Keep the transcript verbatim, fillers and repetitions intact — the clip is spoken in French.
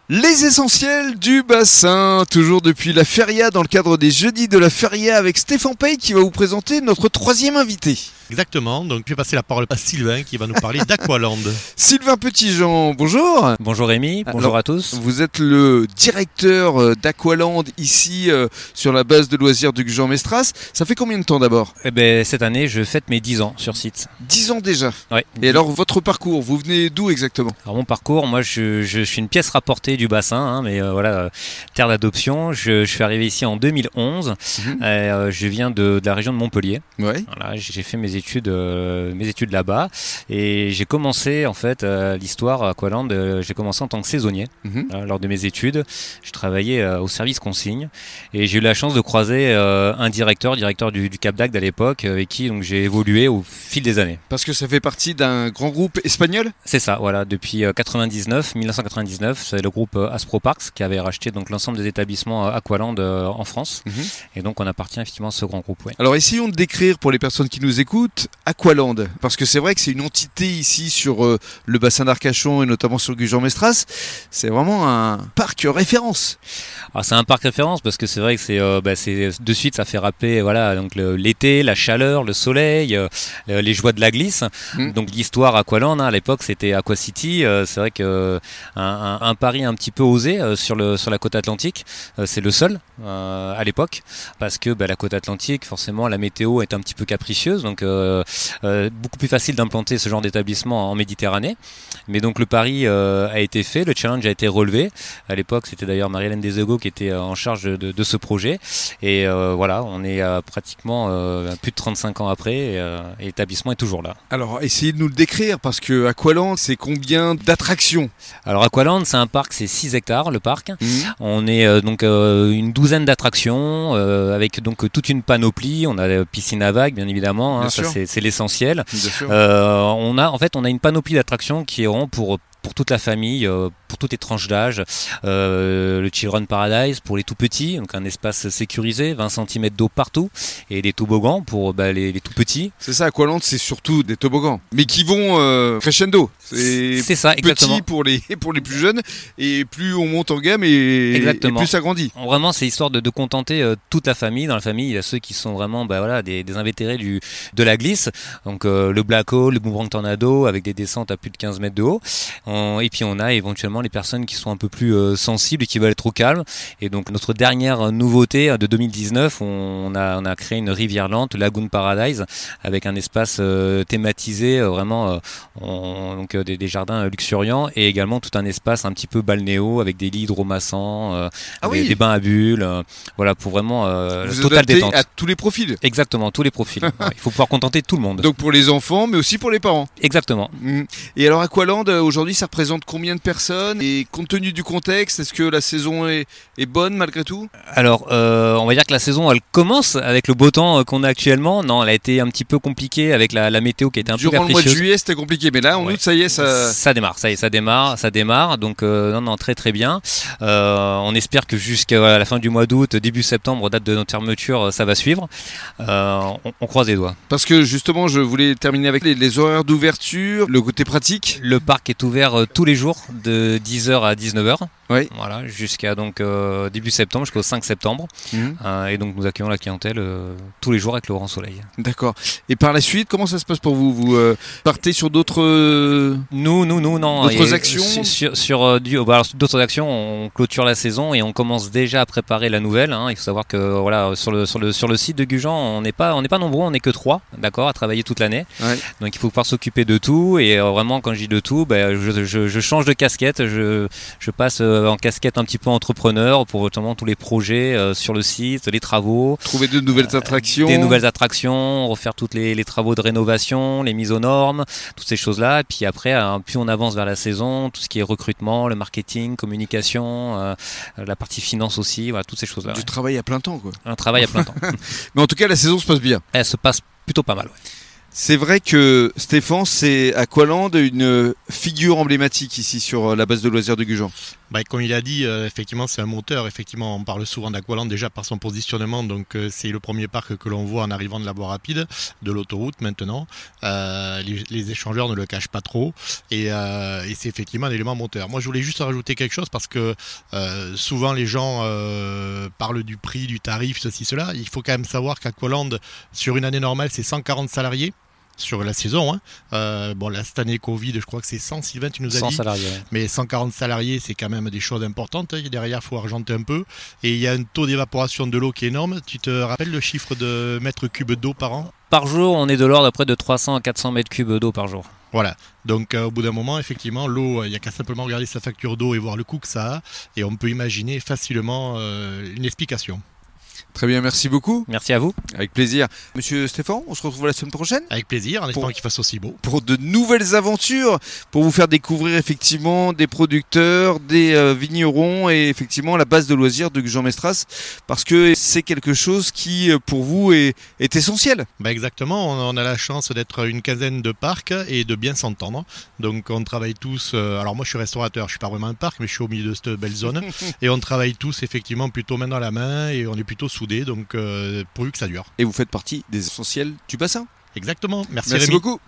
Les essentiels du bassin, toujours depuis la feria dans le cadre des jeudis de la feria avec Stéphane Pey qui va vous présenter notre troisième invité. Exactement, donc je vais passer la parole à Sylvain qui va nous parler d'Aqualand. Sylvain Petitjean, bonjour. Bonjour Rémi, bonjour Alors, à tous. Vous êtes le directeur d'Aqualand ici euh, sur la base de loisirs du Gujan-Mestras. Ça fait combien de temps d'abord ? Eh ben, cette année, je fête mes dix ans sur site. dix ans déjà. Ouais. Et alors votre parcours, vous venez d'où exactement ? Alors mon parcours, moi je, je suis une pièce rapportée du bassin, hein, mais euh, voilà, euh, terre d'adoption. Je, je suis arrivé ici en deux mille onze. Mmh. Euh, je viens de, de la région de Montpellier. Ouais. Voilà, j'ai fait mes études, euh, mes études là-bas et j'ai commencé en fait euh, l'histoire à Aqualand. Euh, j'ai commencé en tant que saisonnier. Mmh. Voilà, lors de mes études. Je travaillais euh, au service consigne et j'ai eu la chance de croiser euh, un directeur, directeur du, du Cap d'Agde à l'époque, avec qui donc j'ai évolué au fil des années. Parce que ça fait partie d'un grand groupe espagnol ? C'est ça, voilà. Depuis quatre-vingt-dix-neuf, mille neuf cent quatre-vingt-dix-neuf, c'est le groupe Aspro Parks qui avait racheté donc l'ensemble des établissements Aqualand euh, en France. Mmh. Et donc on appartient effectivement à ce grand groupe. Ouais. Alors essayons de décrire pour les personnes qui nous écoutent Aqualand, parce que c'est vrai que c'est une entité ici sur euh, le bassin d'Arcachon et notamment sur le Gujan-Mestras. C'est vraiment un parc référence. Alors c'est un parc référence parce que c'est vrai que c'est, euh, bah, c'est de suite ça fait rappeler voilà donc le, l'été, la chaleur, le soleil, euh, les joies de la glisse. Mmh. Donc l'histoire Aqualand hein, à l'époque c'était Aqua City. Euh, c'est vrai que euh, un, un, un pari un petit peu osé euh, sur le sur la côte atlantique. Euh, c'est le seul euh, à l'époque parce que bah, la côte atlantique forcément la météo est un petit peu capricieuse donc euh, euh, beaucoup plus facile d'implanter ce genre d'établissement en Méditerranée. Mais donc le pari euh, a été fait, le challenge a été relevé. À l'époque c'était d'ailleurs Marie-Hélène Desego qui était en charge de, de ce projet et euh, voilà on est euh, pratiquement euh, plus de trente-cinq ans après et, euh, et l'établissement est toujours là. Alors essayez de nous le décrire parce que Aqualand c'est combien d'attractions ? Alors Aqualand c'est un parc, c'est six hectares le parc. Mmh. On est euh, donc euh, une douzaine d'attractions euh, avec donc toute une panoplie. On a la piscine à vagues bien évidemment, hein, ça c'est, c'est l'essentiel. Euh, on a en fait on a une panoplie d'attractions qui iront pour pour toute la famille, euh, pour toutes les tranches d'âge, euh, le Children Paradise pour les tout petits, donc un espace sécurisé, vingt centimètres d'eau partout, et des toboggans pour bah, les, les tout petits. C'est ça, Aqualand, c'est surtout des toboggans, mais qui vont euh, crescendo. C'est, c'est ça, exactement. Petit pour les, pour les plus jeunes, et plus on monte en gamme, et, et plus ça grandit. Vraiment, c'est histoire de, de contenter euh, toute la famille. Dans la famille, il y a ceux qui sont vraiment bah, voilà, des, des invétérés du, de la glisse, donc euh, le Black Hole, le Boomerang Tornado, avec des descentes à plus de quinze mètres de haut. On, et puis on a éventuellement les personnes qui sont un peu plus euh, sensibles et qui veulent être au calme. Et donc notre dernière nouveauté de deux mille dix-neuf, on a, on a créé une rivière lente, Lagoon Paradise, avec un espace euh, thématisé, euh, vraiment euh, on, donc, euh, des, des jardins luxuriants et également tout un espace un petit peu balnéo avec des lits hydromassants, euh, ah oui. des, des bains à bulles, euh, voilà pour vraiment euh, Vous total détente. À tous les profils. Exactement, tous les profils. Ouais, il faut pouvoir contenter tout le monde. Donc pour les enfants, mais aussi pour les parents. Exactement. Mmh. Et alors Aqualand aujourd'hui, ça représente combien de personnes et compte tenu du contexte, est-ce que la saison est, est bonne malgré tout ? Alors, euh, on va dire que la saison, elle commence avec le beau temps qu'on a actuellement. Non, elle a été un petit peu compliquée avec la, la météo qui était un Durant peu capricieuse. Durant le mois de juillet, c'était compliqué, mais là, en ouais. août, ça y est, ça... Ça démarre, ça y est, ça démarre, ça démarre. Donc, euh, non, non, très très bien. Euh, on espère que jusqu'à la fin du mois d'août, début septembre, date de notre fermeture, ça va suivre. Euh, on, on croise les doigts. Parce que justement, je voulais terminer avec les, les horaires d'ouverture, le côté pratique. Le parc est ouvert euh, tous les jours de dix heures à dix-neuf heures. Oui. Voilà, jusqu'à donc euh, début septembre, jusqu'au cinq septembre. Mmh. Euh, et donc nous accueillons la clientèle euh, tous les jours avec le grand soleil. D'accord. Et par la suite, comment ça se passe pour vous ? Vous euh, partez sur d'autres euh, Nous, nous, nous, non. D'autres et actions Sur, sur, sur euh, du, bah, alors, d'autres actions, on clôture la saison et on commence déjà à préparer la nouvelle. Hein. Il faut savoir que voilà, sur le sur le sur le site de Gujan, on n'est pas on n'est pas nombreux, on n'est que trois, d'accord, à travailler toute l'année. Ouais. Donc il faut pouvoir s'occuper de tout et euh, vraiment quand je dis de tout, bah, je, je, je change de casquette, je je passe euh, en casquette un petit peu entrepreneur pour notamment tous les projets euh, sur le site, les travaux. Trouver de nouvelles euh, attractions. Des nouvelles attractions, refaire toutes les, les travaux de rénovation, les mises aux normes, toutes ces choses-là. Et puis après, hein, plus on avance vers la saison, tout ce qui est recrutement, le marketing, communication, euh, la partie finance aussi, voilà, toutes ces choses-là. Du ouais. travail à plein temps, quoi. Un travail à plein temps. Mais en tout cas, la saison se passe bien. Elle se passe plutôt pas mal, ouais. C'est vrai que Stéphane, c'est Aqualand une figure emblématique ici sur la base de loisirs de Gujan. Bah, comme il a dit, euh, effectivement, c'est un moteur. Effectivement, on parle souvent d'Aqualand déjà par son positionnement. Donc, euh, c'est le premier parc que l'on voit en arrivant de la voie rapide, de l'autoroute maintenant. Euh, les, les échangeurs ne le cachent pas trop. Et, euh, et c'est effectivement un élément moteur. Moi, je voulais juste rajouter quelque chose parce que euh, souvent les gens euh, parlent du prix, du tarif, ceci, cela. Il faut quand même savoir qu'Aqualand, sur une année normale, c'est cent quarante salariés. Sur la saison, hein. euh, bon là cette année Covid, je crois que c'est cent, Sylvain tu nous as cent dit, salariés, ouais. mais cent quarante salariés c'est quand même des choses importantes, hein. Derrière il faut argenter un peu, et il y a un taux d'évaporation de l'eau qui est énorme. Tu te rappelles le chiffre de mètres cubes d'eau par an? Par jour, on est de l'ordre à près de trois cents à quatre cents mètres cubes d'eau par jour. Voilà, donc euh, au bout d'un moment, effectivement, l'eau, il n'y a qu'à simplement regarder sa facture d'eau et voir le coût que ça a, et on peut imaginer facilement euh, une explication. Très bien, merci beaucoup. Merci à vous. Avec plaisir. Monsieur Stéphane, on se retrouve la semaine prochaine. Avec plaisir, en espérant Pour- qu'il fasse aussi beau. Pour de nouvelles aventures, pour vous faire découvrir effectivement des producteurs, des euh, vignerons et effectivement la base de loisirs de Gujan-Mestras, parce que c'est quelque chose qui euh, pour vous est, est essentiel. Bah exactement, on on a la chance d'être une quinzaine de parcs et de bien s'entendre. Donc on travaille tous, euh, alors moi je suis restaurateur, je suis pas vraiment un parc, mais je suis au milieu de cette belle zone. Et on travaille tous effectivement plutôt main dans la main et on est plutôt soudés, donc euh, pourvu que ça dure. Et vous faites partie des essentiels du bassin. Exactement, merci, Merci Rémi. beaucoup.